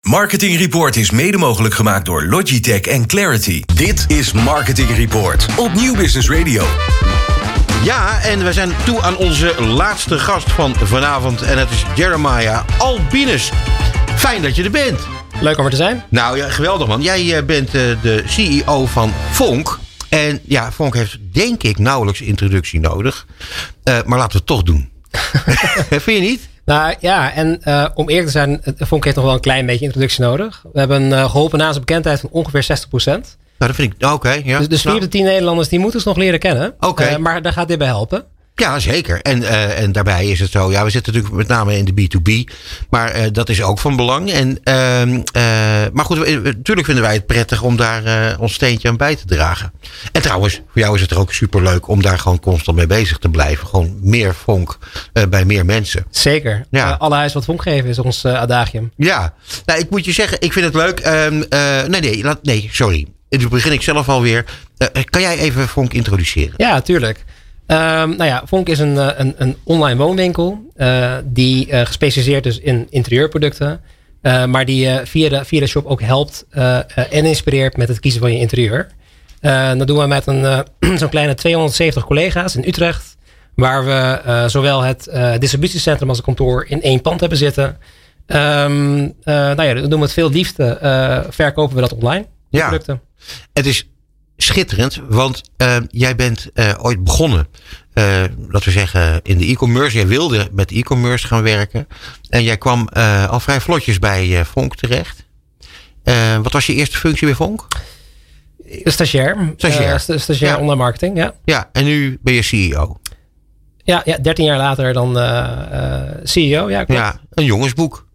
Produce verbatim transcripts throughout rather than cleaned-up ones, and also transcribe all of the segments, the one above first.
Marketing Report is mede mogelijk gemaakt door Logitech en Clarity. Dit is Marketing Report op Nieuw Business Radio. Ja, en we zijn toe aan onze laatste gast van vanavond. En het is Jeremiah Albinus. Fijn dat je er bent. Leuk om er te zijn. Nou ja, geweldig man. Jij bent de C E O van Vonk. En ja, Vonk heeft denk ik nauwelijks introductie nodig. Uh, maar laten we het toch doen. Vind je niet? Nou ja, en uh, om eerlijk te zijn, Vonk heeft nog wel een klein beetje introductie nodig. We hebben uh, geholpen na zijn bekendheid van ongeveer zestig procent. Nou, dat vind ik, oké. Okay, ja. Dus, dus vier op de tien Nederlanders, die moeten ons nog leren kennen. Oké. Okay. Uh, maar daar gaat dit bij helpen. Ja, zeker. En, uh, en daarbij is het zo, ja, we zitten natuurlijk met name in de B twee B. Maar uh, dat is ook van belang. En, uh, uh, maar goed, we, natuurlijk vinden wij het prettig om daar uh, ons steentje aan bij te dragen. En trouwens, voor jou is het er ook superleuk om daar gewoon constant mee bezig te blijven. Gewoon meer Vonk uh, bij meer mensen. Zeker. Ja. Uh, alle huis wat Vonk geven is ons uh, adagium. Ja, nou, ik moet je zeggen, ik vind het leuk. Uh, uh, nee, nee, laat, nee, sorry. Nu begin ik zelf alweer. Uh, kan jij even Vonk introduceren? Ja, tuurlijk. Um, nou ja, Vonk is een, een, een online woonwinkel uh, die uh, gespecialiseerd is in interieurproducten. Uh, maar die uh, via, de, via de shop ook helpt uh, uh, en inspireert met het kiezen van je interieur. Uh, dat doen we met een, uh, zo'n kleine tweehonderdzeventig collega's in Utrecht. Waar we uh, zowel het uh, distributiecentrum als het kantoor in één pand hebben zitten. Um, uh, nou ja, dat doen we met veel liefde. Uh, verkopen we dat online. Ja, producten. Het is schitterend, want uh, jij bent uh, ooit begonnen, uh, laten we zeggen, in de e-commerce. Jij wilde met e-commerce gaan werken. En jij kwam uh, al vrij vlotjes bij uh, Vonk terecht. Uh, wat was je eerste functie bij Vonk? Stagiair. Stagiair. Uh, st- stagiair ja. online marketing, ja. Ja, en nu ben je C E O. Ja, ja dertien jaar later dan uh, uh, C E O, ja, klopt. Ja, een jongensboek.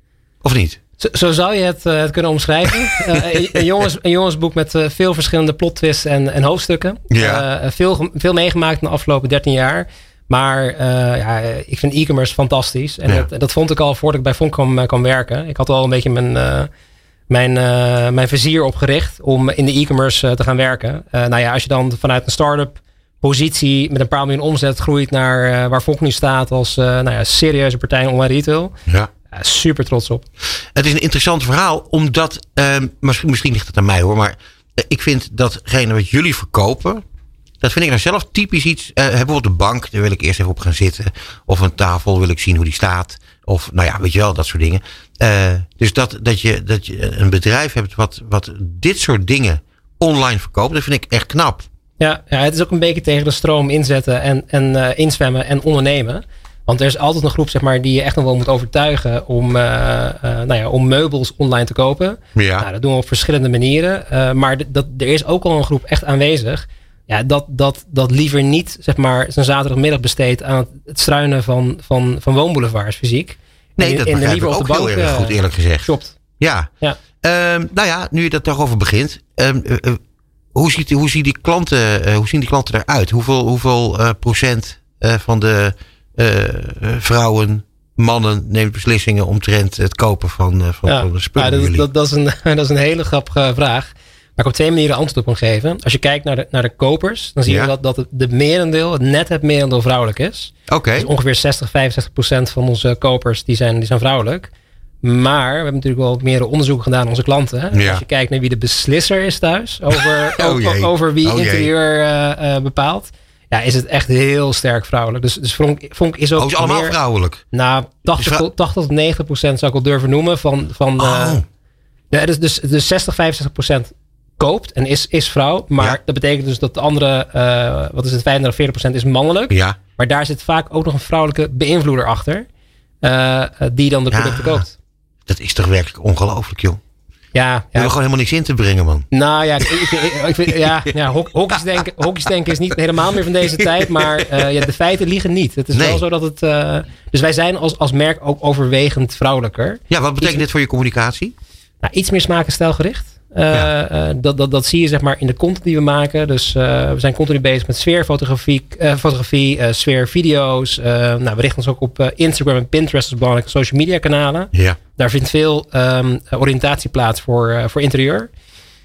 Of niet? Zo, zo zou je het, uh, het kunnen omschrijven. uh, een, een, jongens, een jongensboek met uh, veel verschillende plot twists en, en hoofdstukken. Ja. Uh, veel, veel meegemaakt in de afgelopen dertien jaar. Maar uh, ja, ik vind e-commerce fantastisch. En ja. dat, dat vond ik al voordat ik bij Vonk kwam, kwam werken. Ik had al een beetje mijn, uh, mijn, uh, mijn vizier opgericht om in de e-commerce uh, te gaan werken. Uh, nou ja, als je dan vanuit een start-up positie met een paar miljoen omzet groeit naar uh, waar Vonk nu staat als uh, nou ja, serieuze partij in online retail. Ja. Ja, super trots op. Het is een interessant verhaal, omdat, uh, misschien, misschien ligt het aan mij hoor, maar uh, ik vind datgene wat jullie verkopen, dat vind ik nou zelf typisch iets. Uh, bijvoorbeeld de bank, daar wil ik eerst even op gaan zitten. Of een tafel, wil ik zien hoe die staat. Of nou ja, weet je wel, dat soort dingen. Uh, dus dat, dat, je, dat je een bedrijf hebt wat, wat dit soort dingen online verkoopt, dat vind ik echt knap. Ja, ja, het is ook een beetje tegen de stroom inzetten en, en uh, inzwemmen en ondernemen. Want er is altijd een groep zeg maar, die je echt nog wel moet overtuigen om, uh, uh, nou ja, om meubels online te kopen. Ja. Nou, dat doen we op verschillende manieren. Uh, maar d- dat, er is ook al een groep echt aanwezig. Ja, dat, dat, dat liever niet zeg maar, zijn zaterdagmiddag besteedt aan het, het struinen van, van, van woonboulevards fysiek. Nee, in, dat in begrijp de ik ook bank, heel erg goed, eerlijk gezegd. Shopt. Ja. ja. Um, nou ja, nu je dat daarover begint. Um, uh, uh, hoe, ziet, hoe, zien die klanten, uh, hoe zien die klanten eruit? Hoeveel, hoeveel uh, procent uh, van de uh, vrouwen, mannen neemt beslissingen omtrent het kopen van, uh, van, ja. van de spullen? Ja, dat, jullie? dat, dat, is een, dat is een hele grappige vraag. Maar ik op twee manieren antwoord op kan geven. Als je kijkt naar de, naar de kopers, dan zie je ja. dat, dat het de merendeel, het net het merendeel vrouwelijk is. Oké. Okay. Dus ongeveer zestig, vijfenzestig procent van onze kopers die zijn, die zijn vrouwelijk. Maar we hebben natuurlijk wel meerdere onderzoeken gedaan aan onze klanten. Hè? Ja. Als je kijkt naar wie de beslisser is thuis, over, oh over, over wie oh interieur uh, uh, bepaalt. Ja, is het echt heel sterk vrouwelijk. Dus, dus Vonk, Vonk is ook oh, is allemaal meer, vrouwelijk? Nou, tachtig tot negentig procent zou ik wel durven noemen. Van, van oh. uh, ja, dus, dus, dus zestig, vijfenzestig procent koopt en is, is vrouw. Maar ja. dat betekent dus dat de andere, uh, wat is het, vijfendertig, veertig procent is mannelijk. Ja. Maar daar zit vaak ook nog een vrouwelijke beïnvloeder achter. Uh, die dan de producten ja. koopt. Dat is toch werkelijk ongelooflijk, joh. Ja, ja. We hebben gewoon helemaal niks in te brengen, man. Nou ja, ik, ik, ik, ik, ja, ja hokjesdenken, hokjesdenken is niet helemaal meer van deze tijd. Maar uh, ja, de feiten liegen niet. Het is nee. wel zo dat het... Uh, dus wij zijn als, als merk ook overwegend vrouwelijker. Ja, wat betekent iets, dit voor je communicatie? Nou, iets meer smaak en stijlgericht. Uh, ja. uh, dat, dat, dat zie je zeg maar in de content die we maken. Dus uh, we zijn continu bezig met sfeerfotografie, uh, fotografie, uh, sfeervideo's. Uh, nou, we richten ons ook op uh, Instagram en Pinterest als belangrijke social media kanalen. Ja. Daar vindt veel um, oriëntatie plaats voor, uh, voor interieur. Um,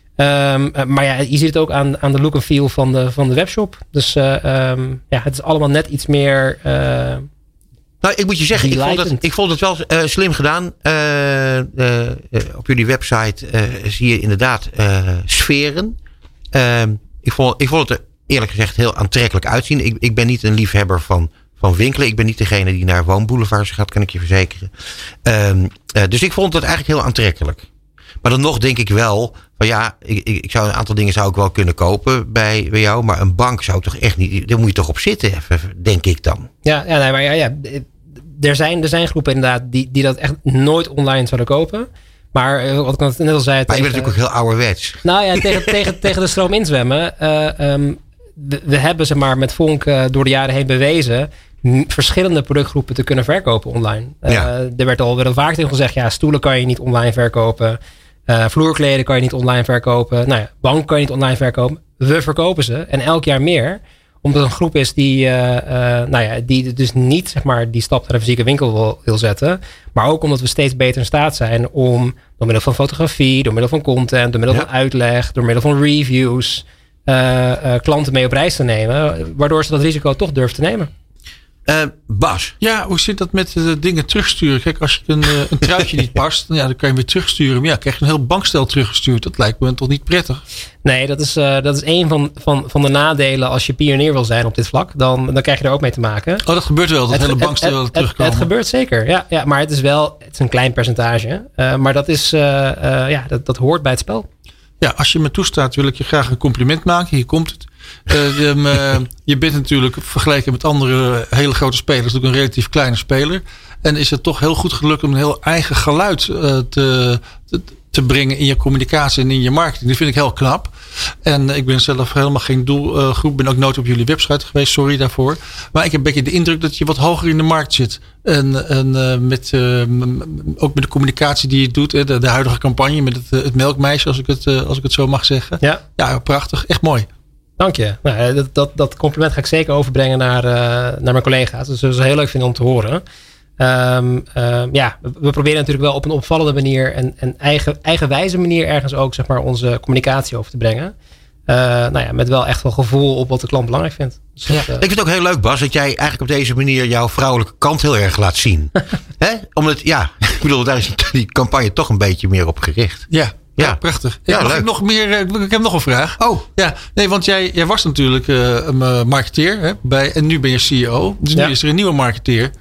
uh, maar ja, je ziet het ook aan, aan de look en feel van de, van de webshop. Dus uh, um, ja, het is allemaal net iets meer... Uh, Nou, ik moet je zeggen, ik vond, het, ik vond het wel uh, slim gedaan. Uh, uh, uh, op jullie website uh, zie je inderdaad uh, sferen. Uh, ik, vond, ik vond het er eerlijk gezegd heel aantrekkelijk uitzien. Ik, ik ben niet een liefhebber van, van winkelen. Ik ben niet degene die naar woonboulevards gaat, kan ik je verzekeren. Uh, uh, dus ik vond het eigenlijk heel aantrekkelijk. Maar dan nog denk ik wel, van ja, ik, ik, ik zou een aantal dingen zou ik wel kunnen kopen bij, bij jou. Maar een bank zou ik toch echt niet, daar moet je toch op zitten, denk ik dan. Ja, ja, nee, maar ja, ja er, zijn, er zijn groepen inderdaad die, die dat echt nooit online zouden kopen. Maar wat ik net al zei. Maar tegen, je bent natuurlijk ook heel ouderwets. Nou ja, tegen, tegen, tegen de stroom inzwemmen. Uh, um, we, we hebben zeg maar met Vonk uh, door de jaren heen bewezen verschillende productgroepen te kunnen verkopen online. Ja. Uh, er werd al wel vaak tegen gezegd, ja, stoelen kan je niet online verkopen. Uh, vloerkleden kan je niet online verkopen. Nou ja, bank kan je niet online verkopen. We verkopen ze en elk jaar meer. Omdat het een groep is die, uh, uh, nou ja, die dus niet zeg maar, die stap naar de fysieke winkel wil, wil zetten. Maar ook omdat we steeds beter in staat zijn om door middel van fotografie, door middel van content, door middel ja. van uitleg, door middel van reviews, uh, uh, klanten mee op reis te nemen. Waardoor ze dat risico toch durven te nemen. Uh, Bas. Ja, hoe zit dat met de dingen terugsturen? Kijk, als je een, een truitje niet past, ja, dan kan je hem weer terugsturen. Maar ja, krijg je een heel bankstel teruggestuurd. Dat lijkt me toch niet prettig? Nee, dat is, uh, dat is een van, van, van de nadelen als je pionier wil zijn op dit vlak. Dan, dan krijg je er ook mee te maken. Oh, dat gebeurt wel, dat het, hele bankstel het, terugkomen. Het, het gebeurt zeker, ja, ja. Maar het is wel het is een klein percentage. Uh, maar dat, is, uh, uh, ja, dat, dat hoort bij het spel. Ja, als je me toestaat wil ik je graag een compliment maken. Hier komt het. Uh, um, uh, je bent natuurlijk vergeleken met andere hele grote spelers ook een relatief kleine speler. En is het toch heel goed gelukt om een heel eigen geluid uh, te, te, te brengen in je communicatie en in je marketing. Dat vind ik heel knap. En ik ben zelf helemaal geen doelgroep. Ben ook nooit op jullie website geweest. Sorry daarvoor. Maar ik heb een beetje de indruk dat je wat hoger in de markt zit. En, en uh, met, uh, ook met de communicatie die je doet. De, de huidige campagne met het, het melkmeisje, als ik het, uh, als ik het zo mag zeggen. Ja, ja, prachtig. Echt mooi. Dank je. Nou, dat, dat, dat compliment ga ik zeker overbrengen naar, uh, naar mijn collega's. Dus dat is heel leuk vinden om te horen. Um, uh, ja, we proberen natuurlijk wel op een opvallende manier en, en eigen, eigenwijze manier ergens ook zeg maar, onze communicatie over te brengen. Uh, nou ja, met wel echt wel gevoel op wat de klant belangrijk vindt. Dus ja. dat, uh... Ik vind het ook heel leuk, Bas, dat jij eigenlijk op deze manier jouw vrouwelijke kant heel erg laat zien. Hè? Omdat, ja, ik bedoel, daar is die campagne toch een beetje meer op gericht. Ja. Ja, ja, prachtig. Ja, mag ik nog meer? Ik heb nog een vraag. Oh, ja, nee, want jij, jij was natuurlijk uh, een marketeer, hè, bij, en nu ben je C E O. Dus nu ja. is er een nieuwe marketeer.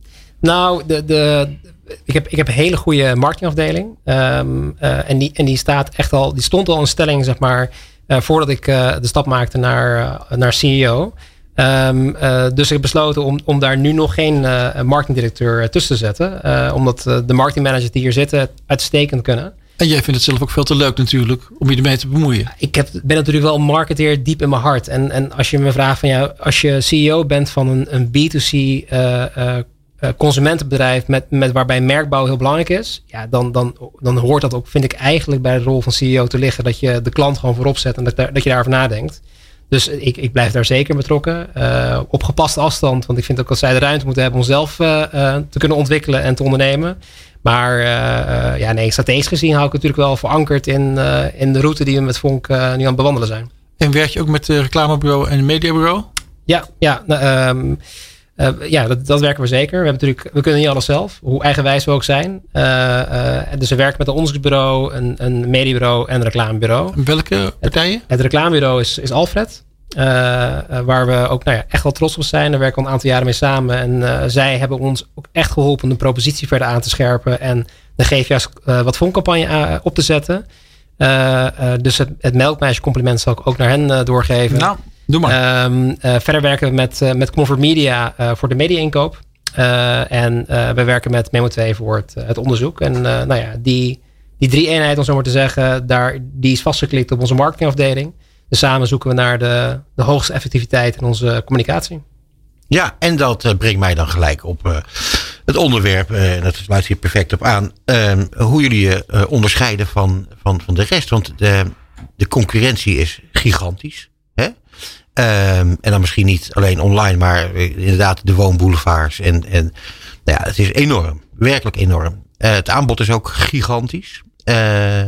Nou, de, de, ik, heb, ik heb een hele goede marketingafdeling. Um, uh, en, die, en die staat echt al, die stond al in stelling, zeg maar, uh, voordat ik uh, de stap maakte naar, uh, naar C E O. Um, uh, dus ik heb besloten om, om daar nu nog geen uh, marketingdirecteur tussen te zetten. Uh, omdat uh, de marketingmanagers die hier zitten uitstekend kunnen. En jij vindt het zelf ook veel te leuk natuurlijk om je ermee te bemoeien. Ik heb, ben natuurlijk wel een marketeer diep in mijn hart. En, en als je me vraagt van ja, als je C E O bent van een, een B twee C uh, uh, consumentenbedrijf met, met waarbij merkbouw heel belangrijk is. Ja, dan, dan, dan hoort dat ook, vind ik eigenlijk bij de rol van C E O te liggen. Dat je de klant gewoon voorop zet en dat, dat je daarover nadenkt. Dus ik, ik blijf daar zeker betrokken. Uh, op gepaste afstand. Want ik vind ook dat zij de ruimte moeten hebben om zelf uh, uh, te kunnen ontwikkelen en te ondernemen. Maar uh, ja, nee, strategisch gezien hou ik het natuurlijk wel verankerd in, uh, in de route die we met Vonk uh, nu aan het bewandelen zijn. En werk je ook met het reclamebureau en het mediabureau? Ja, ja, uh, um, uh, ja dat, dat werken we zeker. We, hebben natuurlijk, we kunnen niet alles zelf, hoe eigenwijs we ook zijn. Uh, uh, dus we werken met een onderzoeksbureau, een, een mediabureau en een reclamebureau. En welke partijen? Het, het reclamebureau is, is Alfred. Uh, uh, waar we ook nou ja, echt wel trots op zijn. Daar werken we al een aantal jaren mee samen. En uh, zij hebben ons ook echt geholpen om de propositie verder aan te scherpen. En de G V A's uh, wat Vonk-campagne uh, op te zetten. Uh, uh, dus het, het melkmeisje compliment zal ik ook naar hen uh, doorgeven. Nou, doe maar. Um, uh, verder werken we met, uh, met Comfort Media uh, voor de media-inkoop. Uh, en uh, we werken met Memo twee voor het, uh, het onderzoek. En uh, nou ja, die, die drie eenheid, om zo maar te zeggen, daar, die is vastgeklikt op onze marketingafdeling. Dus samen zoeken we naar de, de hoogste effectiviteit in onze communicatie. Ja, en dat uh, brengt mij dan gelijk op uh, het onderwerp. Uh, en dat sluit hier perfect op aan. Uh, hoe jullie je uh, onderscheiden van, van, van de rest. Want de, de concurrentie is gigantisch. Hè? Uh, en dan misschien niet alleen online, maar inderdaad de woonboulevards. En, en nou ja, het is enorm. Werkelijk enorm. Uh, het aanbod is ook gigantisch. Uh,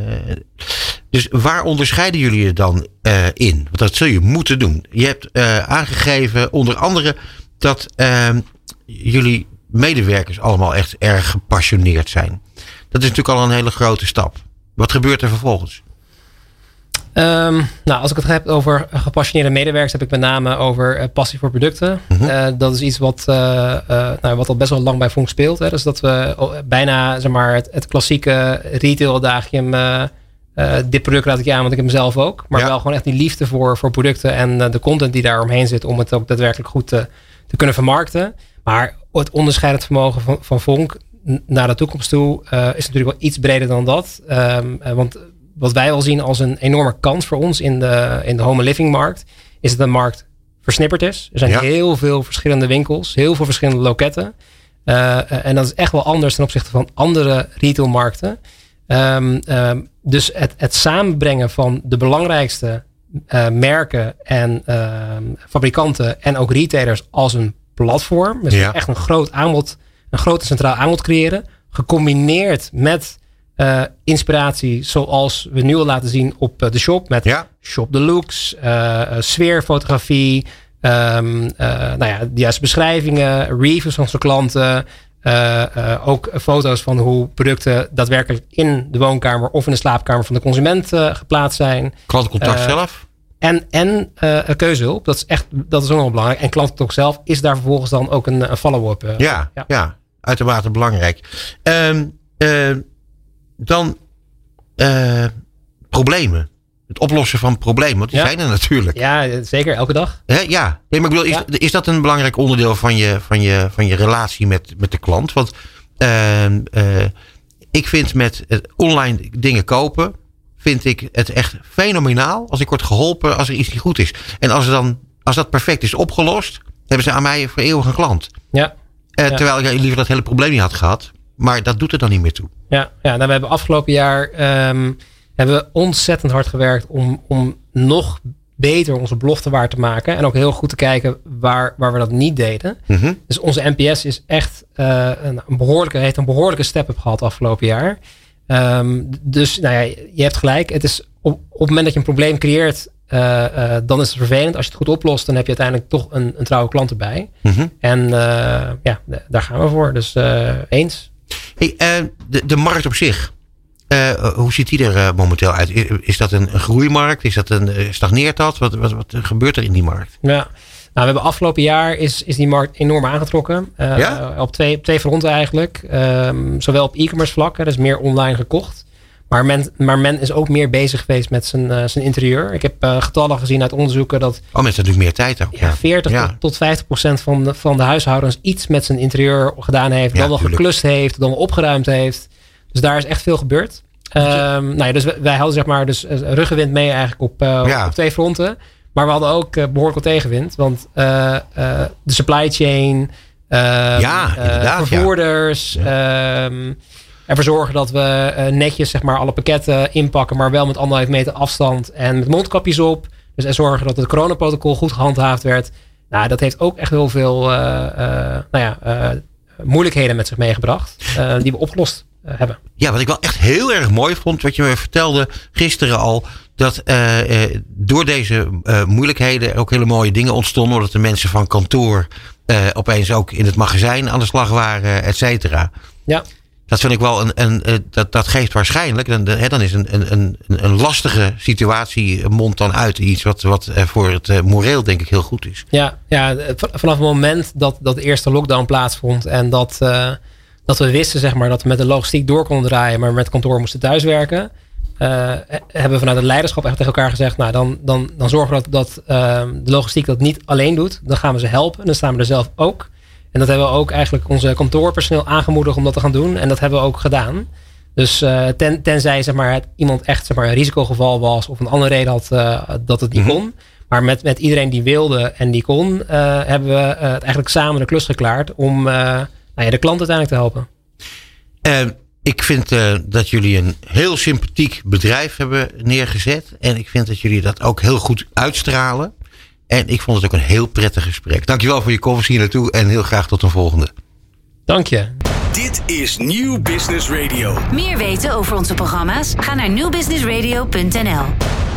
dus waar onderscheiden jullie je dan uh, in? Want dat zul je moeten doen. Je hebt uh, aangegeven onder andere dat uh, jullie medewerkers allemaal echt erg gepassioneerd zijn. Dat is natuurlijk al een hele grote stap. Wat gebeurt er vervolgens? Um, nou, als ik het heb over gepassioneerde medewerkers, heb ik met name over uh, passie voor producten. Mm-hmm. Uh, dat is iets wat, uh, uh, nou, wat al best wel lang bij Vonk speelt. Hè. Dus dat we uh, bijna zeg maar, het, het klassieke retail adagium. Uh, uh, dit product raad ik je aan, want ik heb hem zelf ook. Maar ja. wel gewoon echt die liefde voor, voor producten en uh, de content die daar omheen zit. Om het ook daadwerkelijk goed te, te kunnen vermarkten. Maar het onderscheidend vermogen van, van Vonk naar de toekomst toe uh, is natuurlijk wel iets breder dan dat. Um, uh, want wat wij wel zien als een enorme kans voor ons in de, in de home and living markt, is dat de markt versnipperd is. Er zijn ja. heel veel verschillende winkels, heel veel verschillende loketten. Uh, en dat is echt wel anders ten opzichte van andere retailmarkten. Um, um, dus het, het samenbrengen van de belangrijkste uh, merken en uh, fabrikanten en ook retailers als een platform. Dus ja. echt een groot aanbod, een grote centraal aanbod creëren. Gecombineerd met Uh, inspiratie zoals we nu al laten zien op uh, de shop. Met ja. shop the looks, uh, uh, sfeerfotografie. Um, uh, nou ja, de juiste beschrijvingen, reviews van onze klanten. Uh, uh, ook foto's van hoe producten daadwerkelijk in de woonkamer of in de slaapkamer van de consument uh, geplaatst zijn. Klantencontact uh, zelf. En, en uh, keuzehulp. Dat is echt, dat is ook nog belangrijk. En klantencontact zelf is daar vervolgens dan ook een, een follow-up. Uh, ja, ja. ja, uitermate belangrijk. Um, uh, Dan uh, problemen. Het oplossen van problemen. Want die ja. zijn er natuurlijk. Ja, zeker. Elke dag. He, ja. Nee, maar ik bedoel, is, ja. is dat een belangrijk onderdeel van je, van je, van je relatie met, met de klant? Want uh, uh, ik vind met het online dingen kopen, vind ik het echt fenomenaal als ik word geholpen als er iets niet goed is. En als, er dan, als dat perfect is opgelost, hebben ze aan mij voor eeuwig een klant. Ja. Uh, ja. Terwijl ik liever dat hele probleem niet had gehad. Maar dat doet er dan niet meer toe. Ja, ja nou, we hebben afgelopen jaar um, hebben we ontzettend hard gewerkt om, om nog beter onze belofte waar te maken. En ook heel goed te kijken waar, waar we dat niet deden. Mm-hmm. Dus onze N P S is echt uh, een, een behoorlijke, heeft een behoorlijke step-up gehad afgelopen jaar. Um, dus nou ja, je hebt gelijk. Het is op, op het moment dat je een probleem creëert, uh, uh, dan is het vervelend. Als je het goed oplost, dan heb je uiteindelijk toch een, een trouwe klant erbij. Mm-hmm. En uh, ja, d- daar gaan we voor. Dus uh, eens. Hey, uh, de, de markt op zich, uh, hoe ziet die er uh, momenteel uit? Is, is dat een, een groeimarkt? Is dat een, uh, stagneert dat? Wat, wat, wat gebeurt er in die markt? Ja, nou, we hebben afgelopen jaar is, is die markt enorm aangetrokken. Uh, ja? Op twee, op twee fronten eigenlijk. Um, zowel op e-commerce vlak, dat is meer online gekocht. Maar men, maar men is ook meer bezig geweest met zijn, uh, zijn interieur. Ik heb uh, getallen gezien uit onderzoeken dat... Oh, mensen natuurlijk meer tijd ook. Ja, veertig ja. tot, tot vijftig procent van de, van de huishoudens iets met zijn interieur gedaan heeft. Ja, dan wel tuurlijk. geklust heeft, dan wel opgeruimd heeft. Dus daar is echt veel gebeurd. Um, nou ja, dus wij, wij hadden zeg maar dus ruggenwind mee eigenlijk op, uh, ja. op twee fronten. Maar we hadden ook uh, behoorlijk wat tegenwind. Want uh, uh, de supply chain, uh, ja, uh, vervoerders... Ja. Um, ervoor zorgen dat we uh, netjes zeg maar, alle pakketten inpakken, maar wel met anderhalf meter afstand en met mondkapjes op. Dus en zorgen dat het coronaprotocol goed gehandhaafd werd. Nou, dat heeft ook echt heel veel uh, uh, nou ja, uh, moeilijkheden met zich meegebracht. Uh, die we opgelost uh, hebben. Ja, wat ik wel echt heel erg mooi vond, wat je me vertelde gisteren al. Dat uh, uh, door deze uh, moeilijkheden er ook hele mooie dingen ontstonden. Doordat de mensen van kantoor uh, opeens ook in het magazijn aan de slag waren, et cetera. Ja. Dat vind ik wel een, een, een dat, dat geeft waarschijnlijk, dan, dan is een, een, een, een lastige situatie mondt dan uit iets wat, wat voor het uh, moreel denk ik heel goed is. Ja, ja, vanaf het moment dat, dat de eerste lockdown plaatsvond en dat, uh, dat we wisten zeg maar, dat we met de logistiek door konden draaien, maar met kantoor moesten thuiswerken, uh, hebben we vanuit het leiderschap echt tegen elkaar gezegd, nou dan, dan, dan zorgen we dat, dat uh, de logistiek dat niet alleen doet. Dan gaan we ze helpen en dan staan we er zelf ook. En dat hebben we ook eigenlijk onze kantoorpersoneel aangemoedigd om dat te gaan doen. En dat hebben we ook gedaan. Dus uh, ten, tenzij zeg maar, het iemand echt zeg maar, een risicogeval was of een andere reden had uh, dat het niet mm-hmm. kon. Maar met, met iedereen die wilde en die kon, uh, hebben we uh, eigenlijk samen de klus geklaard om uh, nou ja, de klant uiteindelijk te helpen. Uh, ik vind uh, dat jullie een heel sympathiek bedrijf hebben neergezet. En ik vind dat jullie dat ook heel goed uitstralen. En ik vond het ook een heel prettig gesprek. Dankjewel voor je komst hier naartoe en heel graag tot een volgende. Dank je. Dit is Nieuw Business Radio. Meer weten over onze programma's? Ga naar nieuw business radio punt n l.